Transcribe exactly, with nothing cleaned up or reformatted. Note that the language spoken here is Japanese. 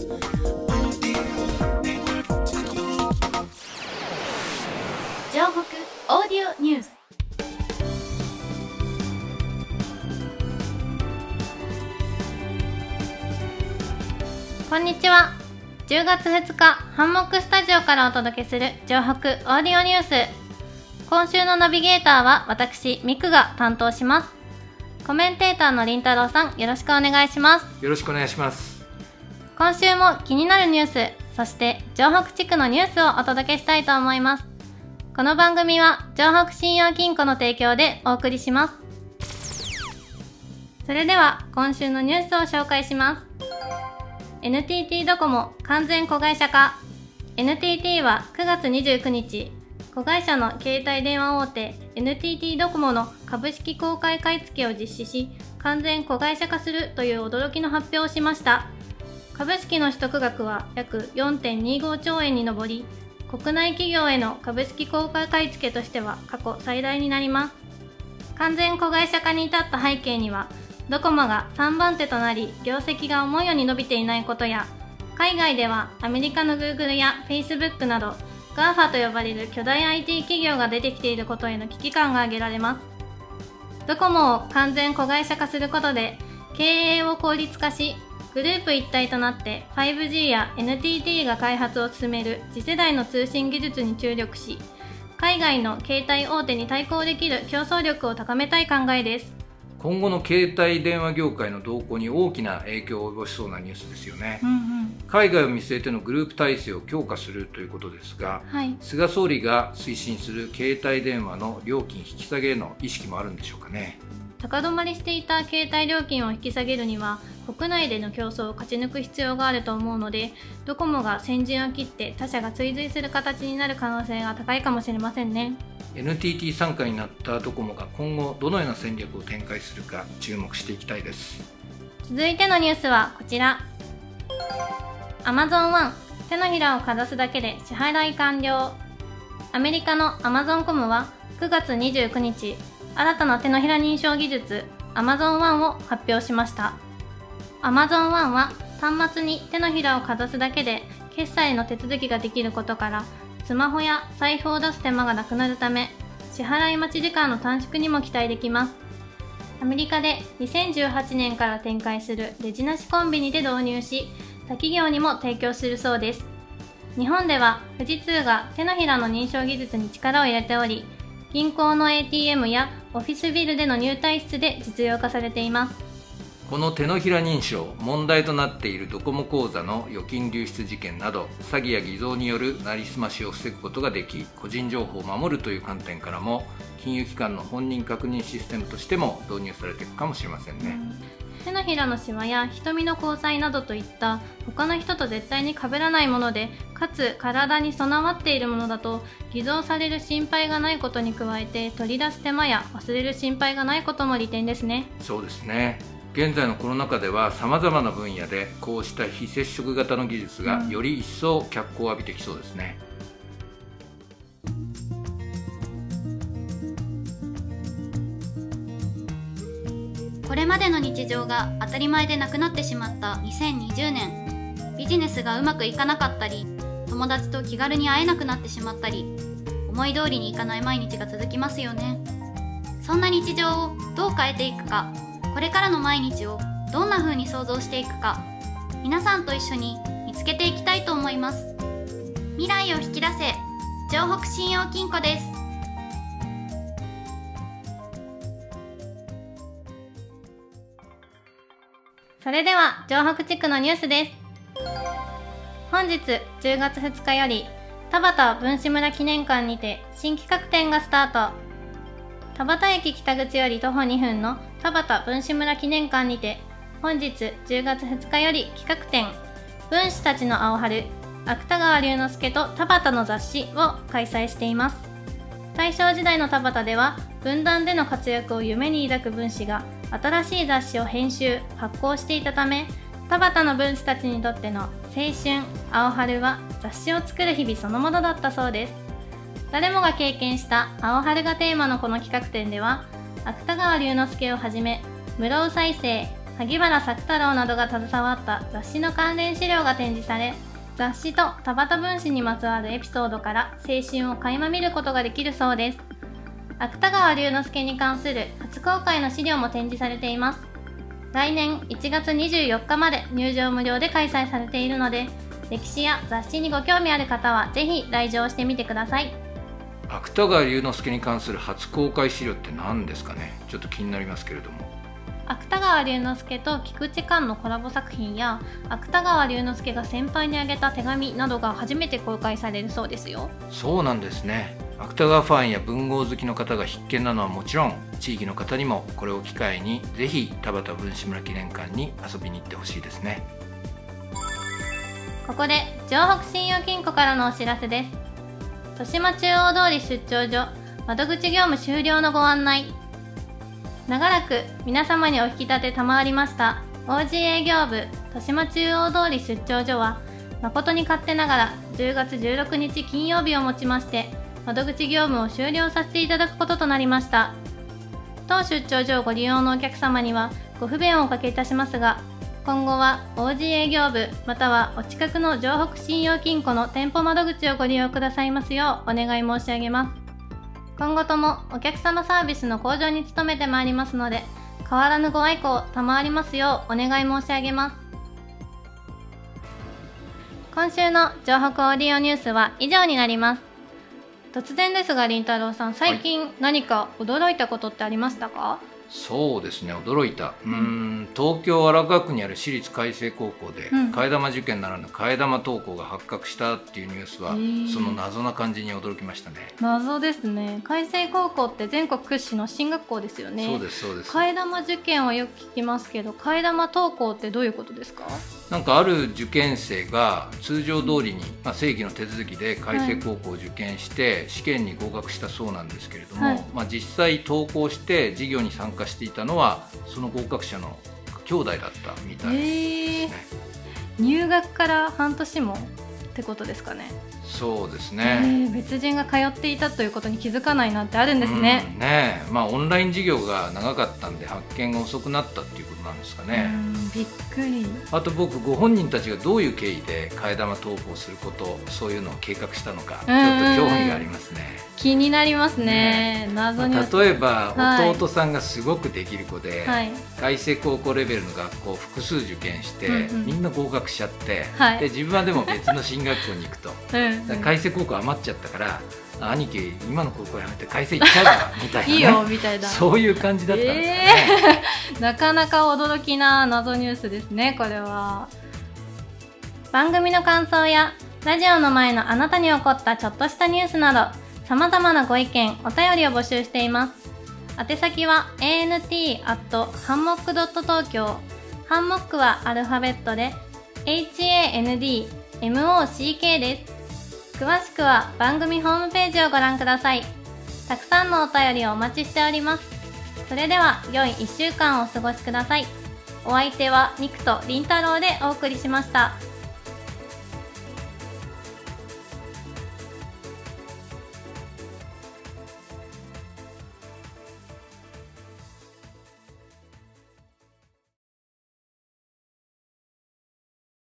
城北オーディオニュース。こんにちは。じゅうがつふつか、ハンモックスタジオからお届けする城北オーディオニュース。今週のナビゲーターは私ミクが担当します。コメンテーターのりんたろうさん、よろしくお願いします。 よろしくお願いします。 今週も気になるニュース、そして城北地区のニュースをお届けしたいと思います。この番組は城北信用金庫の提供でお送りします。それでは今週のニュースを紹介します。 エヌティーティー ドコモ完全子会社化。 エヌティーティー はくがつにじゅうくにち、子会社の携帯電話大手 エヌティーティー ドコモの株式公開買い付けを実施し、完全子会社化するという驚きの発表をしました。株式の取得額は約 よんてんにごちょうえんに上り、国内企業への株式公開買い付けとしては過去最大になります。完全子会社化に至った背景には、ドコモがさんばんてとなり業績が思うように伸びていないことや、海外ではアメリカの Google や Facebook など ガーファ と呼ばれる巨大 アイティー 企業が出てきていることへの危機感が挙げられます。ドコモを完全子会社化することで経営を効率化し、グループ一体となって ファイブジー や エヌティーティー が開発を進める次世代の通信技術に注力し、海外の携帯大手に対抗できる競争力を高めたい考えです。 今後の携帯電話業界の動向に大きな影響を及ぼしそうなニュースですよね。うんうん、海外を見据えてのグループ体制を強化するということですが、はい、菅総理が推進する携帯電話の料金引き下げへの意識もあるんでしょうかね。 高止まりしていた携帯料金を引き下げるには、国内での競争を勝ち抜く必要があると思うので、ドコモが先陣を切って他社が追随する形になる可能性が高いかもしれませんね。 エヌティーティー 傘下になったドコモが今後どのような戦略を展開するか注目していきたいです。 続いてのニュースはこちら。 アマゾンワン 手のひらをかざすだけで支払い完了。アメリカの アマゾンコムはくがつにじゅうくにち、新たな手のひら認証技術 アマゾンワン を発表しました。 アマゾンワン は端末に手のひらをかざすだけで決済の手続きができることから、スマホや財布を出す手間がなくなるため、支払い待ち時間の短縮にも期待できます。アメリカでにせんじゅうはちねんから展開するレジなしコンビニで導入し、他企業にも提供するそうです。日本では富士通が手のひらの認証技術に力を入れており、銀行の エーティーエム やオフィスビルでの入退室で実用化されています。 この手のひら認証、問題となっているドコモ口座の預金流出事件など、詐欺や偽造によるなりすましを防ぐことができ、個人情報を守るという観点からも、金融機関の本人確認システムとしても導入されていくかもしれませんね。 うん、手のひらのシワや瞳の交際などといった他の人と絶対に被らないもので、かつ体に備わっているものだと偽造される心配がないことに加えて、取り出す手間や忘れる心配がないことも利点ですね。 そうですね。現在のコロナ禍ではさまざまな分野でこうした非接触型の技術がより一層脚光を浴びてきそうですね。 これまでの日常が当たり前でなくなってしまったにせんにじゅうねん。ビジネスがうまくいかなかったり、友達と気軽に会えなくなってしまったり、思い通りにいかない毎日が続きますよね。そんな日常をどう変えていくか、これからの毎日をどんな風に想像していくか、皆さんと一緒に見つけていきたいと思います。未来を引き出せ、城北信用金庫です。 それでは城北地区のニュースです。本日じゅうがつふつかより田端文志村記念館にて新企画展がスタート。田端駅北口より徒歩にふんの田端文志村記念館にて、本日じゅうがつふつかより企画展分子たちの青春、芥川龍之介と田端の雑誌を開催しています。大正時代の田端では文壇での活躍を夢に抱く文士が新しい雑誌を編集発行していたため、田端の文士たちにとっての青春青春は雑誌を作る日々そのものだったそうです。誰もが経験した青春がテーマのこの企画展では、芥川龍之介をはじめ室生再生、 萩原作太郎などが携わった雑誌の関連資料が展示され、雑誌と田畑分子にまつわるエピソードから青春を垣間見ることができるそうです。芥川龍之介に関する初公開の資料も展示されています。来年いちがつにじゅうよっかまで入場無料で開催されているので、歴史や雑誌にご興味ある方はぜひ来場してみてください。 芥川龍之介に関する初公開資料って何ですかね。ちょっと気になりますけれども。 芥川龍之介と菊池寛のコラボ作品や、芥川龍之介が先輩に宛てた手紙などが初めて公開されるそうですよ。 そうなんですね。芥川ファンや文豪好きの方が必見なのはもちろん、地域の方にもこれを機会にぜひ田畑文士村記念館に遊びに行ってほしいですね。 ここで城北信用金庫からのお知らせです。豊島中央通り出張所窓口業務終了のご案内。長らく皆様にお引き立て賜りました オージー 営業部豊島中央通り出張所は、誠に勝手ながらじゅうがつじゅうろくにち金曜日をもちまして窓口業務を終了させていただくこととなりました。当出張所をご利用のお客様にはご不便をおかけいたしますが、今後は オージー 営業部またはお近くの城北信用金庫の店舗窓口をご利用くださいますようお願い申し上げます。今後ともお客様サービスの向上に努めてまいりますので、変わらぬご愛顧賜りますようお願い申し上げます。今週の城北オーディオニュースは以上になります。突然ですが凛太郎さん、最近何か驚いたことってありましたか？ そうですね、驚いた、うん、うん東京荒川区にある私立開成高校で、うん、替え玉受験ならぬ替え玉登校が発覚したっていうニュースは、その謎な感じに驚きましたね。 謎ですね。開成高校って全国屈指の進学校ですよね。 そうですそうです。 替え玉受験はよく聞きますけど、替え玉登校ってどういうことですか？ なんかある受験生が通常通りに、まあ、正規の手続きで開成高校を受験して、はい、試験に合格したそうなんですけれども、はい、まあ、実際登校して授業に参加していたのはその合格者の兄弟だったみたいですね。 えー、入学から半年もってことですかね。 そうですね、 えー、別人が通っていたということに気づかないなんてあるんですね。 うん、ねえ、まあ、オンライン授業が長かったんで発見が遅くなったっていうことなんですかね。 うん、びっくり。 あと僕ご本人たちがどういう経緯で替え玉登校すること、そういうのを計画したのか、ちょっと興味がありますね。 気になりますね。ね、謎に、 まあ、例えば、はい、弟さんがすごくできる子で、はい、開成高校レベルの学校を複数受験して、うんうん、みんな合格しちゃって、はい、で自分はでも別の進学校に行くとうん、開成高校余っちゃったから兄貴今の高校辞めて開成行っちゃうわみたいな、ね、 いいよみたいな、 そういう感じだったんですよね。 えー、なかなか驚きな謎ニュースですね。これは番組の感想やラジオの前のあなたに起こったちょっとしたニュースなどさまざまなご意見お便りを募集しています。宛先は エーエヌティー アット ハンモック ドット 東京、ハンモックはアルファベットで エイチエーエヌディーエムオーシーケー です。詳しくは番組ホームページをご覧ください。たくさんのお便りをお待ちしております。それでは良いいっしゅうかんをお過ごしください。お相手はミクとりんたろうでお送りしました。